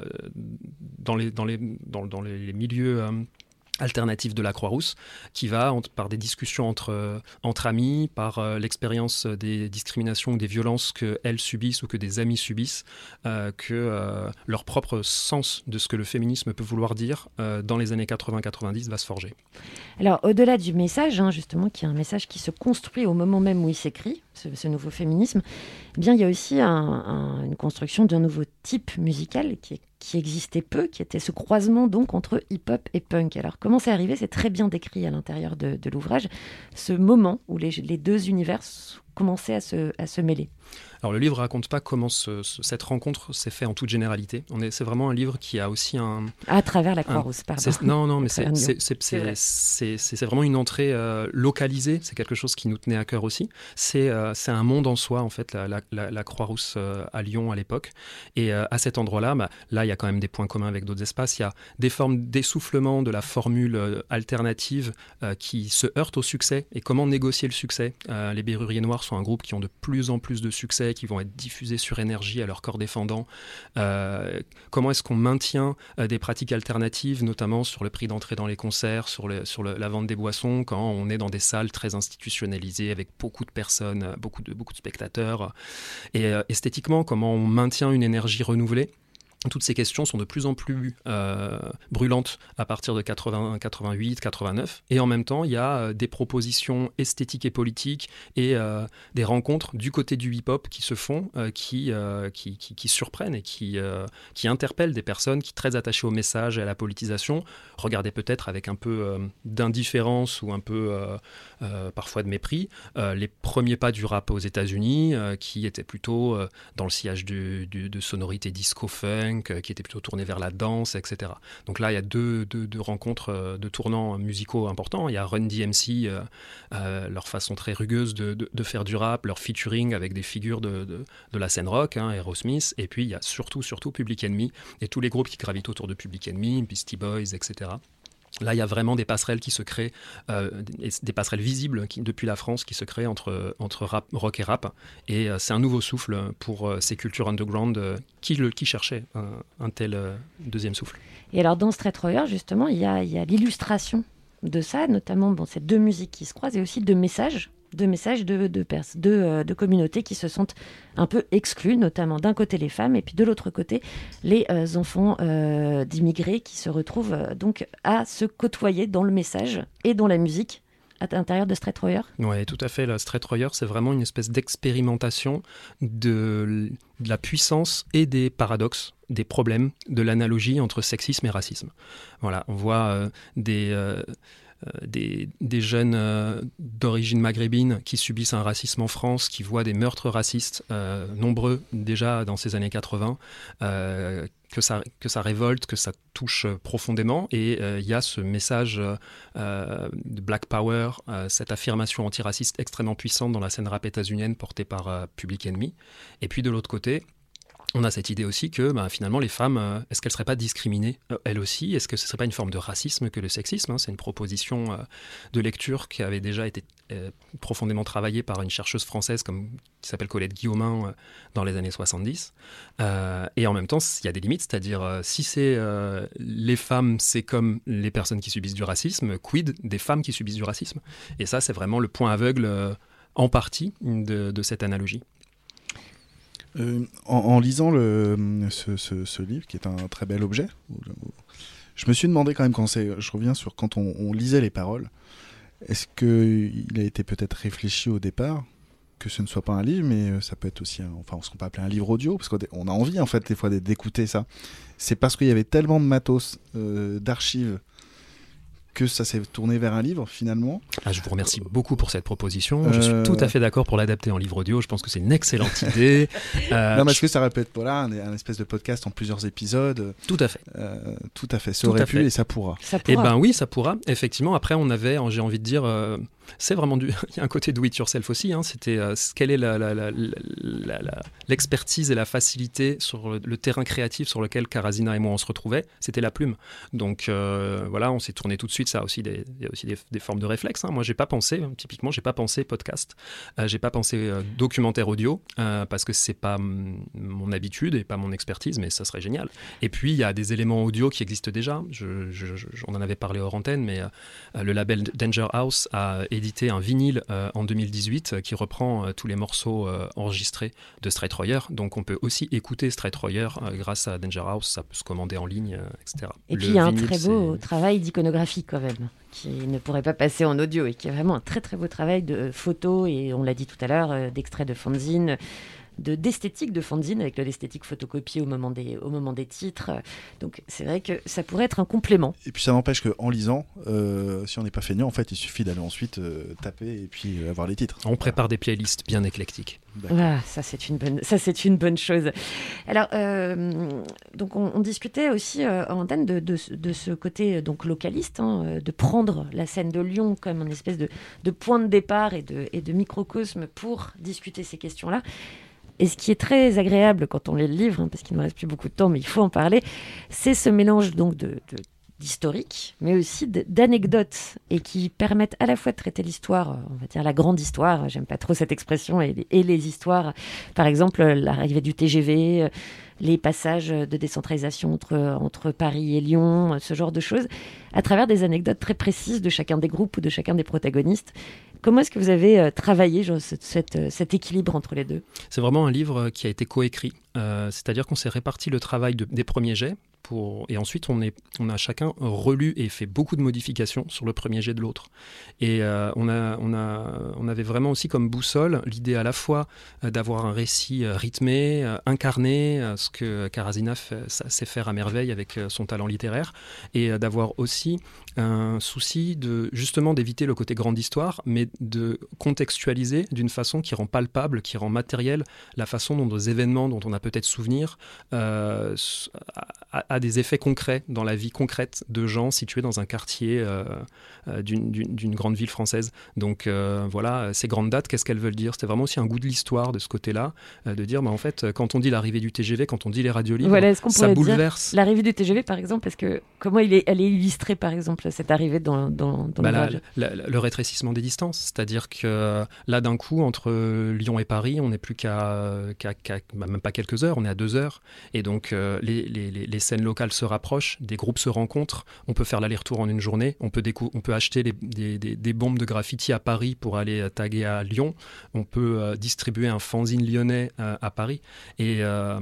dans, les, dans, les, dans, dans les milieux... Euh, alternative de la Croix-Rousse, qui va entre, par des discussions entre, euh, entre amis, par euh, l'expérience des discriminations ou des violences qu'elles subissent ou que des amis subissent, euh, que euh, leur propre sens de ce que le féminisme peut vouloir dire euh, dans les années quatre-vingts quatre-vingt-dix va se forger. Alors, au-delà du message, hein, justement, qui est un message qui se construit au moment même où il s'écrit, ce, ce nouveau féminisme, eh bien, il y a aussi un, un, une construction d'un nouveau type musical qui, est, qui existait peu, qui était ce croisement donc entre hip-hop et punk. Alors, comment c'est arrivé ? C'est très bien décrit à l'intérieur de, de l'ouvrage, ce moment où les, les deux univers commençaient à se, à se mêler. Alors le livre raconte pas comment ce, ce, cette rencontre s'est faite en toute généralité. On est, c'est vraiment un livre qui a aussi un... À travers la Croix-Rousse, pardon. C'est, non, non, mais c'est, c'est, c'est, c'est, c'est, c'est, c'est vraiment une entrée euh, localisée. C'est quelque chose qui nous tenait à cœur aussi. C'est, euh, c'est un monde en soi, en fait, la, la, la, la Croix-Rousse euh, à Lyon à l'époque. Et euh, à cet endroit-là, bah, là, il y a quand même des points communs avec d'autres espaces. Il y a des formes d'essoufflement de la formule euh, alternative euh, qui se heurtent au succès. Et comment négocier le succès ? euh, Les Béruriers Noirs sont un groupe qui ont de plus en plus de succès, qui vont être diffusés sur énergie à leur corps défendant. Euh, comment est-ce qu'on maintient euh, des pratiques alternatives, notamment sur le prix d'entrée dans les concerts, sur, le, sur le, la vente des boissons, quand on est dans des salles très institutionnalisées avec beaucoup de personnes, beaucoup de, beaucoup de spectateurs. Et euh, esthétiquement, comment on maintient une énergie renouvelée. Toutes ces questions sont de plus en plus euh, brûlantes à partir de quatre-vingts, quatre-vingt-huit, quatre-vingt-neuf. Et en même temps, il y a euh, des propositions esthétiques et politiques et euh, des rencontres du côté du hip-hop qui se font, euh, qui, euh, qui, qui, qui surprennent et qui, euh, qui interpellent des personnes qui, très attachées au message et à la politisation, regardaient peut-être avec un peu euh, d'indifférence ou un peu euh, euh, parfois de mépris euh, les premiers pas du rap aux États-Unis, euh, qui étaient plutôt euh, dans le sillage du, du, de sonorités disco-funk, qui était plutôt tourné vers la danse, et cetera. Donc là, il y a deux, deux, deux rencontres, deux tournants musicaux importants. Il y a Run D M C, euh, euh, leur façon très rugueuse de, de, de faire du rap, leur featuring avec des figures de, de, de la scène rock, hein, Aerosmith, et puis il y a surtout, surtout Public Enemy, et tous les groupes qui gravitent autour de Public Enemy, Beastie Boys, et cetera. Là, il y a vraiment des passerelles qui se créent, euh, des passerelles visibles qui, depuis la France qui se créent entre, entre rap, rock et rap. Et euh, c'est un nouveau souffle pour euh, ces cultures underground euh, qui, le, qui cherchaient un, un tel euh, deuxième souffle. Et alors, dans Straight Royer, justement, il y a, il y a l'illustration de ça, notamment bon, ces deux musiques qui se croisent et aussi deux messages. Deux messages de, de, pers- de, euh, de communautés qui se sentent un peu exclues, notamment d'un côté les femmes et puis de l'autre côté les euh, enfants euh, d'immigrés qui se retrouvent euh, donc à se côtoyer dans le message et dans la musique à l'intérieur de Straight Royer. Oui, tout à fait. Le Straight Royer, c'est vraiment une espèce d'expérimentation de, de la puissance et des paradoxes, des problèmes, de l'analogie entre sexisme et racisme. Voilà, on voit euh, des... Euh, Euh, des, des jeunes euh, d'origine maghrébine qui subissent un racisme en France, qui voient des meurtres racistes, euh, nombreux déjà dans ces années quatre-vingts, euh, que ça, que ça révolte, que ça touche profondément. Et il euh, y a ce message euh, de Black Power, euh, cette affirmation antiraciste extrêmement puissante dans la scène rap états-unienne portée par euh, Public Enemy. Et puis de l'autre côté, on a cette idée aussi que bah, finalement les femmes, euh, est-ce qu'elles ne seraient pas discriminées euh, elles aussi ? Est-ce que ce ne serait pas une forme de racisme que le sexisme, hein ? C'est une proposition euh, de lecture qui avait déjà été euh, profondément travaillée par une chercheuse française comme, qui s'appelle Colette Guillaumin euh, dans les années soixante-dix. Euh, et en même temps, il y a des limites, c'est-à-dire euh, si c'est euh, les femmes, c'est comme les personnes qui subissent du racisme, quid des femmes qui subissent du racisme ? Et ça, c'est vraiment le point aveugle euh, en partie de, de cette analogie. Euh, en, en lisant le, ce, ce, ce livre, qui est un très bel objet, je me suis demandé quand même, quand c'est, je reviens sur quand on, on lisait les paroles, est-ce qu'il a été peut-être réfléchi au départ que ce ne soit pas un livre, mais ça peut être aussi, un, enfin, ce qu'on peut appeler un livre audio, parce qu'on a envie en fait des fois d'écouter ça. C'est parce qu'il y avait tellement de matos, euh, d'archives, que ça s'est tourné vers un livre finalement. Ah, je vous remercie beaucoup pour cette proposition. Euh... Je suis Euh, tout à fait d'accord pour l'adapter en livre audio. Je pense que c'est une excellente idée. Euh, non, parce que ça aurait pu être voilà, un, un espèce de podcast en plusieurs épisodes. Tout à fait. Euh, tout à fait. Ça tout aurait à pu fait. et ça pourra. Ça pourra. Eh ben oui, ça pourra. Effectivement. Après, on avait, j'ai envie de dire, euh, c'est vraiment du. Il y a un côté do it yourself aussi. Hein. C'était euh, quelle est la, la, la, la, la, l'expertise et la facilité sur le, le terrain créatif sur lequel Karazina et moi on se retrouvait. C'était la plume. Donc euh, voilà, on s'est tourné tout de suite. Ça a aussi des, il y a aussi des, des formes de réflexes. Hein. Moi, j'ai pas pensé. Typiquement, j'ai pas pensé podcast. Euh, j'ai pas pensé euh, documentaire audio euh, parce que c'est pas m- mon habitude et pas mon expertise, mais ça serait génial. Et puis il y a des éléments audio qui existent déjà. Je, je, je, on en avait parlé hors antenne, mais euh, le label Danger House a édité un vinyle euh, en deux mille dix-huit euh, qui reprend euh, tous les morceaux euh, enregistrés de Straight Royer. Donc on peut aussi écouter Straight Royer euh, grâce à Danger House. Ça peut se commander en ligne, euh, et cetera. Et Le puis il y a un vinyle, très beau travail d'iconographie quand même, qui ne pourrait pas passer en audio et qui est vraiment un très très beau travail de photos et on l'a dit tout à l'heure, euh, d'extraits de fanzine, de, d'esthétique de fanzine avec l'esthétique photocopiée au moment des, au moment des titres. Donc c'est vrai que ça pourrait être un complément. Et puis ça n'empêche qu'en lisant, euh, si on n'est pas feignant, en fait, il suffit d'aller ensuite euh, taper et puis euh, avoir les titres. On prépare des playlists bien éclectiques. Voilà, ça c'est une bonne, ça c'est une bonne chose. Alors, euh, donc on, on discutait aussi euh, en antenne de, de, de ce côté donc localiste, hein, de prendre la scène de Lyon comme une espèce de, de point de départ et de, et de microcosme pour discuter ces questions-là. Et ce qui est très agréable quand on lit le livre, hein, parce qu'il ne me reste plus beaucoup de temps, mais il faut en parler, c'est ce mélange donc de, de d'historique, mais aussi d'anecdotes, et qui permettent à la fois de traiter l'histoire, on va dire la grande histoire, j'aime pas trop cette expression, et les, et les histoires, par exemple l'arrivée du T G V, les passages de décentralisation entre, entre Paris et Lyon, ce genre de choses, à travers des anecdotes très précises de chacun des groupes ou de chacun des protagonistes. Comment est-ce que vous avez travaillé genre, cette, cette, cet équilibre entre les deux ? C'est vraiment un livre qui a été coécrit, euh, c'est-à-dire qu'on s'est réparti le travail de, des premiers jets, Pour... et ensuite on, est, on a chacun relu et fait beaucoup de modifications sur le premier jet de l'autre. Et euh, on, a, on, a, on avait vraiment aussi comme boussole l'idée à la fois euh, d'avoir un récit euh, rythmé, euh, incarné, euh, ce que Karazina fait, ça, sait faire à merveille avec euh, son talent littéraire, et euh, d'avoir aussi un souci de, justement d'éviter le côté grande histoire, mais de contextualiser d'une façon qui rend palpable, qui rend matériel la façon dont des événements dont on a peut-être souvenir euh, a, a des effets concrets dans la vie concrète de gens situés dans un quartier euh, euh, d'une, d'une, d'une grande ville française. Donc euh, voilà, ces grandes dates, qu'est-ce qu'elles veulent dire ? C'était vraiment aussi un goût de l'histoire de ce côté-là, euh, de dire, bah, en fait, quand on dit l'arrivée du T G V, quand on dit les radios libres, voilà, est-ce qu'on ça bouleverse. L'arrivée du T G V, par exemple, parce que comment il est, elle est illustrée, par exemple, cette arrivée dans, dans, dans bah, le la, la, le rétrécissement des distances, c'est-à-dire que là, d'un coup, entre Lyon et Paris, on n'est plus qu'à, qu'à, qu'à bah, même pas quelques heures, on est à deux heures, et donc euh, les, les, les scènes locales se rapprochent, des groupes se rencontrent, on peut faire l'aller-retour en une journée, on peut, décou- on peut acheter les, des, des, des bombes de graffiti à Paris pour aller taguer à Lyon, on peut euh, distribuer un fanzine lyonnais euh, à Paris, et... Euh,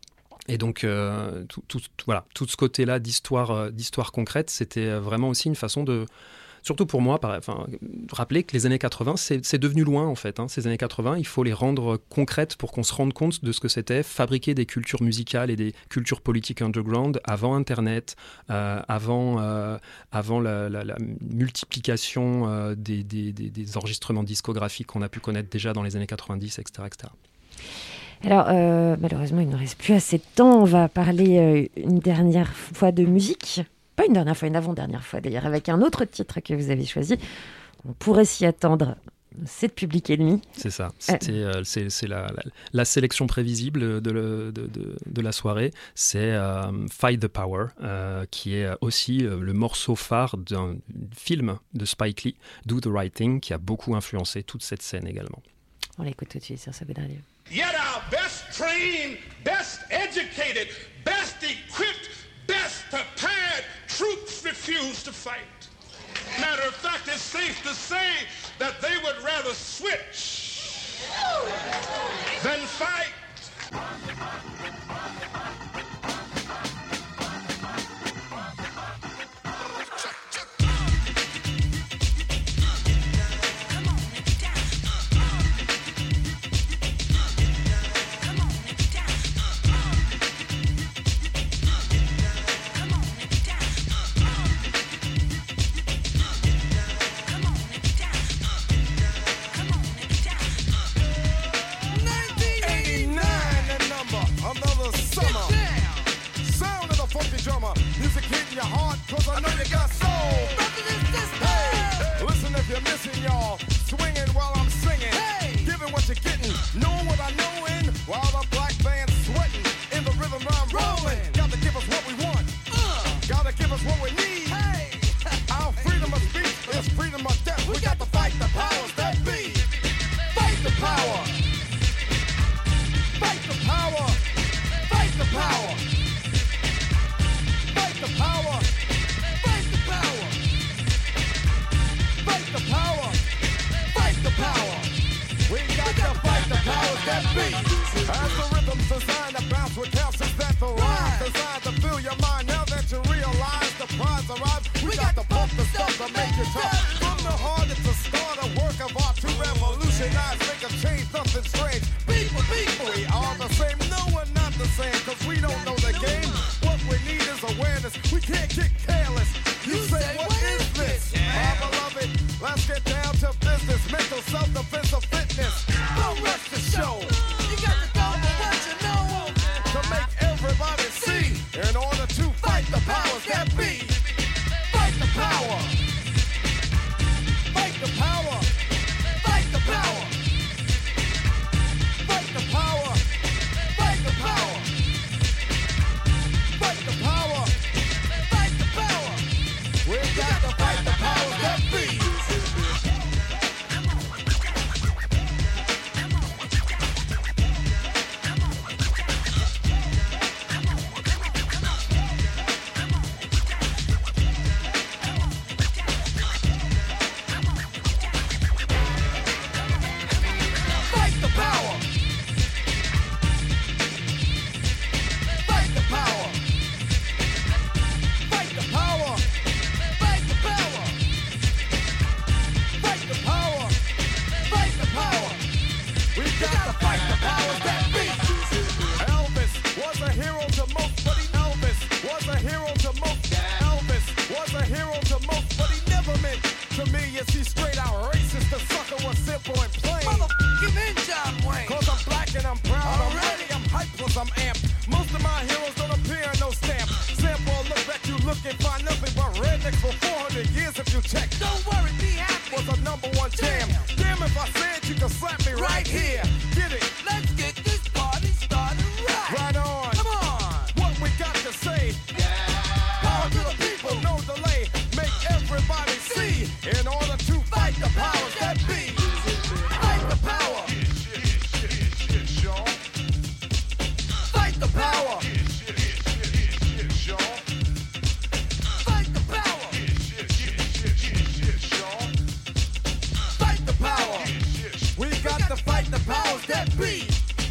Et donc, euh, tout, tout, voilà, tout ce côté-là d'histoire, euh, d'histoire concrète, c'était vraiment aussi une façon de, surtout pour moi, par, enfin, rappeler que les années quatre-vingts, c'est, c'est devenu loin en fait. Hein. Ces années quatre-vingts, il faut les rendre concrètes pour qu'on se rende compte de ce que c'était fabriquer des cultures musicales et des cultures politiques underground avant Internet, euh, avant, euh, avant la, la, la multiplication euh, des, des, des, des enregistrements discographiques qu'on a pu connaître déjà dans les années quatre-vingt-dix, et cetera, et cetera. Alors, euh, malheureusement, il ne reste plus assez de temps. On va parler euh, une dernière fois de musique. Pas une dernière fois, une avant-dernière fois d'ailleurs, avec un autre titre que vous avez choisi. On pourrait s'y attendre. C'est de Public Enemy. C'est ça. C'était, euh, c'est, c'est la, la, la sélection prévisible de, le, de, de, de la soirée. C'est euh, Fight the Power, euh, qui est aussi euh, le morceau phare d'un film de Spike Lee, Do the Right Thing, qui a beaucoup influencé toute cette scène également. On l'écoute tout de suite sur Sabine Radio. Yet our best trained, best educated, best equipped, best prepared troops refuse to fight. Matter of fact, it's safe to say that they would rather switch than fight. We got to pump the stuff to make it tough. From the heart, it's a start, a work of art to revolutionize, make a change, something strange. People, people, we are the same. No, we're not the same, cause we don't know the game. What we need is awareness. We can't get careless. You say, what is this? My beloved, let's get down to business. Mental self-defense of fitness. Don't rush the show. You got to go for what you know. To make everybody see. In order to fight the powers that be. Fight the power. Fight the power. Fight the power. Fight the power. Fight the power. Fight the power. Fight the power. We got to fight the powers that be. Fight the power. Fight the power. Fight the power. Fight the power. Fight the power. Fight the power. We got to fight the powers that be. Elvis was a hero to most, but he Elvis was a hero to most. Elvis was a hero to most, but he never meant to me. Yes, he's straight out racist. The sucker was simple and plain. Motherfucking in John Wayne. Cause I'm black and I'm proud. I'm ready, I'm hyped, plus I'm amped. Most of my heroes don't appear in no stamp. Sample look that you look and find nothing but rednecks for four hundred years if you check. Don't worry, be happy. Was a number one jam. Damn, if I said you could slap me right here. Get it? Let's get this party started right. Right on. Come on. What we got to say. Power to the people, no delay. Make everybody see. In order to fight the powers that be. Fight the power. Fight the power. Fight the power. Fight the power. We got to fight the powers that be.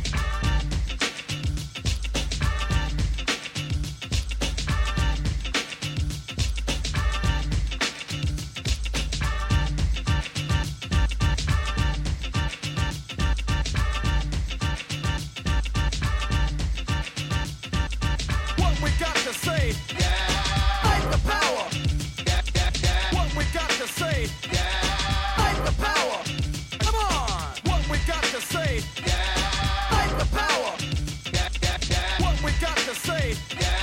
What we got to say. Fight the power. What we got to say. Fight the power. Come on. What we got to say. Fight the power. What we got to say.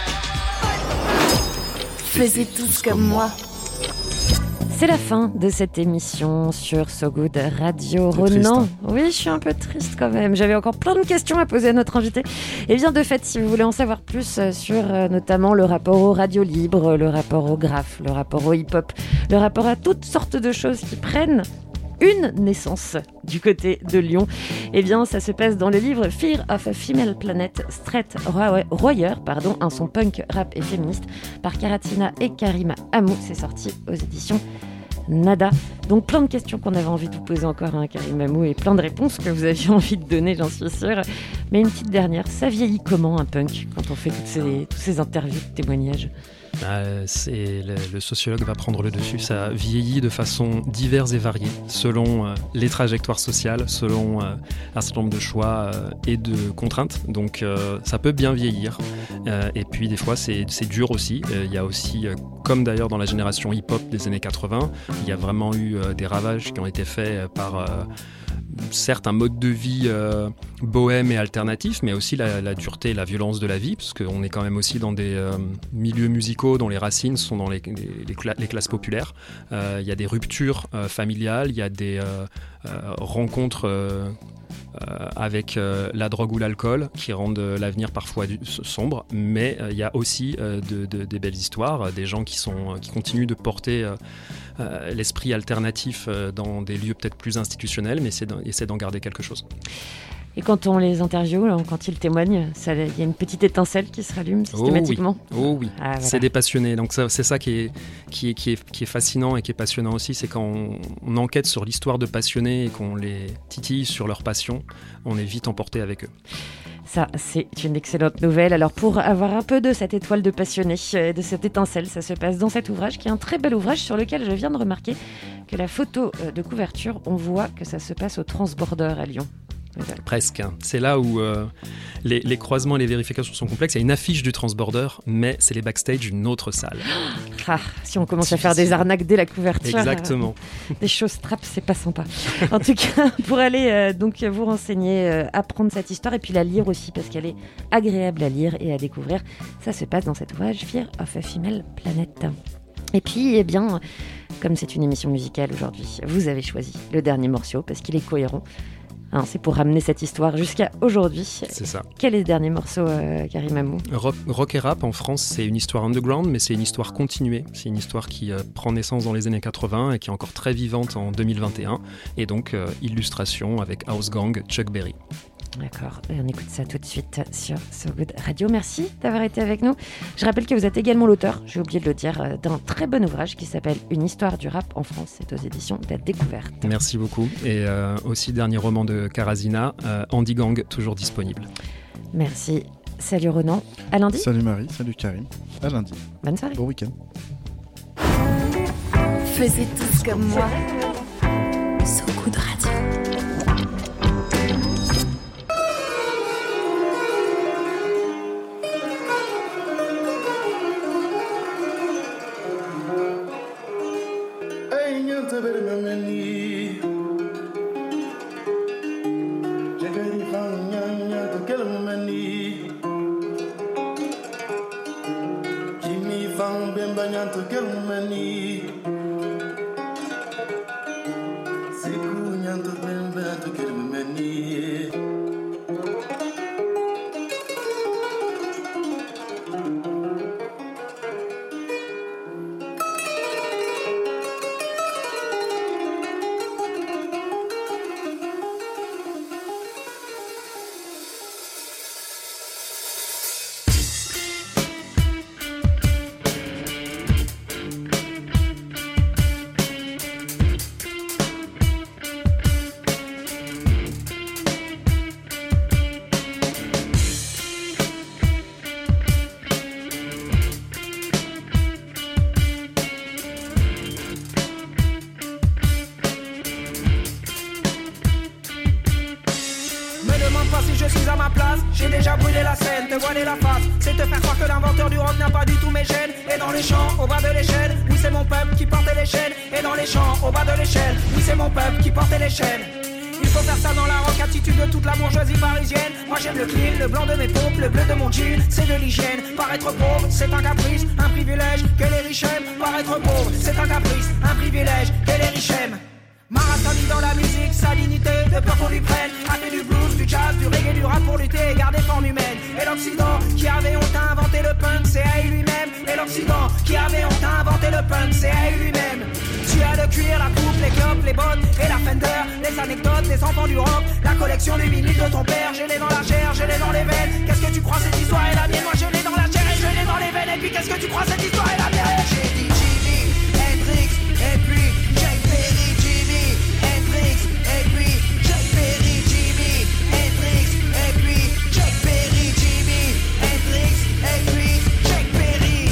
Faisez tous comme moi. C'est la fin de cette émission sur So Good Radio. Ronan, oui, je suis un peu triste quand même. J'avais encore plein de questions à poser à notre invité. Et bien de fait, si vous voulez en savoir plus sur euh, notamment le rapport aux radios libres, le rapport au graphe, le rapport au hip-hop, le rapport à toutes sortes de choses qui prennent une naissance du côté de Lyon, eh bien ça se passe dans le livre Fear of a Female Planet, Straight Royer, pardon, un son punk, rap et féministe par Karatina et Karima Amou. C'est sorti aux éditions Nada. Donc plein de questions qu'on avait envie de vous poser encore à hein, Karima Amou et plein de réponses que vous aviez envie de donner, j'en suis sûre. Mais une petite dernière, ça vieillit comment un punk quand on fait toutes ces, toutes ces interviews, témoignages? Euh, c'est le, le sociologue va prendre le dessus. Ça vieillit de façon diverse et variée selon euh, les trajectoires sociales, selon euh, un certain nombre de choix euh, et de contraintes. Donc euh, ça peut bien vieillir. Euh, et puis des fois c'est, c'est dur aussi. Il euh, y a aussi, euh, comme d'ailleurs dans la génération hip-hop des années quatre-vingts, il y a vraiment eu euh, des ravages qui ont été faits par... Euh, certes un mode de vie euh, bohème et alternatif, mais aussi la, la dureté et la violence de la vie, parce qu'on est quand même aussi dans des euh, milieux musicaux dont les racines sont dans les, les, les, cla- les classes populaires. Il euh, y a des ruptures euh, familiales, il y a des euh, euh, rencontres euh, euh, avec euh, la drogue ou l'alcool qui rendent l'avenir parfois du, sombre, mais il euh, y a aussi euh, de, de, des belles histoires, euh, des gens qui, sont, qui continuent de porter euh, euh, l'esprit alternatif euh, dans des lieux peut-être plus institutionnels, mais essaient d'en, essaient d'en garder quelque chose. Et quand on les interviewe, quand ils témoignent, il y a une petite étincelle qui se rallume systématiquement. Oh oui, oh oui. Ah, voilà. C'est des passionnés. Donc ça, c'est ça qui est, qui, est, qui, est, qui est fascinant et qui est passionnant aussi, c'est quand on, on enquête sur l'histoire de passionnés et qu'on les titille sur leur passion, on est vite emporté avec eux. Ça, c'est une excellente nouvelle. Alors, pour avoir un peu de cette étoile de passionné, de cette étincelle, ça se passe dans cet ouvrage, qui est un très bel ouvrage sur lequel je viens de remarquer que la photo de couverture, on voit que ça se passe au Transborder à Lyon. Voilà. Presque. C'est là où euh, les, les croisements et les vérifications sont complexes. Il y a une affiche du Transborder, mais c'est les backstage d'une autre salle. Ah, si on commence à faire des arnaques dès la couverture. Exactement. Euh, des choses trappes, c'est pas sympa. En tout cas, pour aller euh, donc vous renseigner, euh, apprendre cette histoire et puis la lire aussi, parce qu'elle est agréable à lire et à découvrir, ça se passe dans cet ouvrage Fear of a Female Planet. Et puis, eh bien, comme c'est une émission musicale aujourd'hui, vous avez choisi le dernier morceau parce qu'il est cohérent. Hein, c'est pour ramener cette histoire jusqu'à aujourd'hui. C'est ça. Quel est le dernier morceau, euh, Karim Amou ? Rock, rock et rap en France, c'est une histoire underground, mais c'est une histoire continuée. C'est une histoire qui euh, prend naissance dans les années quatre-vingts et qui est encore très vivante en deux mille vingt et un. Et donc, euh, illustration avec House Gang, Chuck Berry. D'accord, et on écoute ça tout de suite sur So Good Radio. Merci d'avoir été avec nous. Je rappelle que vous êtes également l'auteur, j'ai oublié de le dire, d'un très bon ouvrage qui s'appelle Une histoire du rap en France. C'est aux éditions de La Découverte. Merci beaucoup. Et euh, aussi, dernier roman de Karazina, euh, Andy Gang, toujours disponible. Merci. Salut Ronan. À lundi. Salut Marie, salut Karim. À lundi. Bonne soirée. Bon week-end. Faisiez tous comme moi. So Good Radio. J'ai déjà brûlé la scène, te voiler la face, c'est te faire croire que l'inventeur du rock n'a pas du tout mes gènes. Et dans les champs, au bas de l'échelle, oui c'est mon peuple qui portait les chaînes. Et dans les champs, au bas de l'échelle, oui c'est mon peuple qui portait les chaînes. Il faut faire ça dans la rock attitude de toute la bourgeoisie parisienne. Moi j'aime le clean, le blanc de mes pompes, le bleu de mon jean, c'est de l'hygiène. Paraître pauvre, c'est un caprice, un privilège que les riches aiment. Paraître pauvre, c'est un caprice, un privilège que les riches aiment. Maratoni dans la musique, salinité, de peur qu'on lui prenne. A fait du blues, du jazz, du reggae, du rap pour lutter et garder forme humaine. Et l'Occident qui avait honte à inventer le punk, c'est à lui-même. Et l'Occident qui avait honte à inventer le punk, c'est à lui-même. Tu as le cuir, la coupe, les clopes, les bottes et la Fender. Les anecdotes, les enfants du rock, la collection du vinyle de ton père. Je l'ai dans la chair, je l'ai dans les veines. Qu'est-ce que tu crois cette histoire est la mienne? Moi je l'ai dans la chair et je l'ai dans les veines. Et puis qu'est-ce que tu crois cette histoire est la mienne? J'ai dit Jimi Hendrix et puis Jack Perry. Et puis Jack Perry, Jimi Hendrix. Et puis Jack Perry, Jimi Hendrix. Et puis Jack Perry.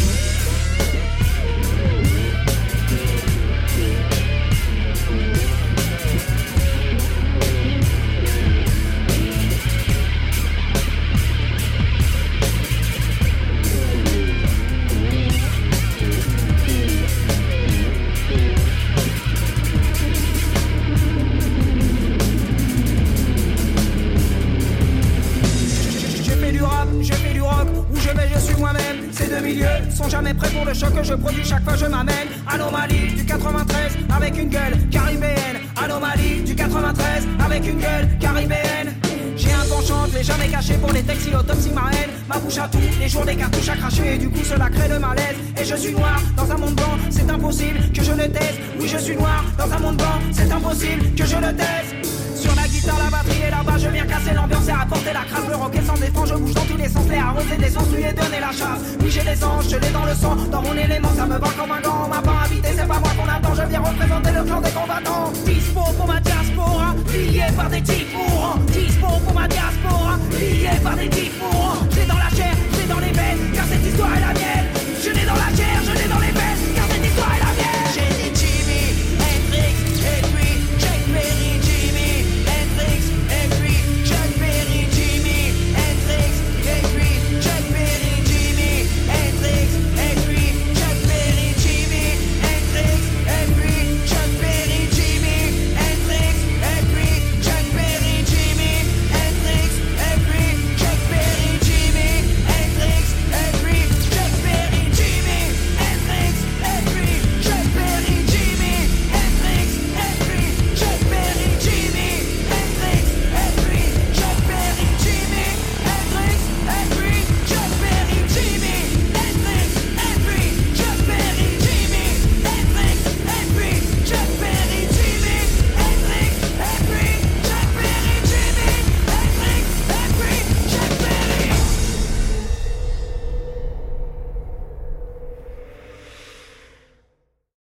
Sont jamais prêts pour le choc que je produis chaque fois je m'amène. Anomalie du quatre-vingt-treize avec une gueule caribéenne. Anomalie du quatre-vingt-treize avec une gueule caribéenne. J'ai un penchant, je l'ai jamais caché pour les textiles autopsie ma haine. Ma bouche à tout, les jours des cartouches à cracher. Et du coup cela crée le malaise. Et je suis noir dans un monde blanc, c'est impossible que je le taise. Oui je suis noir dans un monde blanc, c'est impossible que je le taise. Sur la guitare, la batterie et là-bas, je viens casser l'ambiance et apporter la crasse. Le rock est sans défense, je bouge dans tous les sens, les arroser des sens, lui et donner la chasse. Oui, j'ai des anges, je l'ai dans le sang, dans mon élément, ça me bat comme un gant. On m'a pas invité, c'est pas moi qu'on attend, je viens représenter le clan des combattants. Dispo pour ma diaspora, lié par des types mourants. Dispo pour ma diaspora, lié par des tifs mourants. J'ai dans la chair, j'ai dans les veines, car cette histoire est la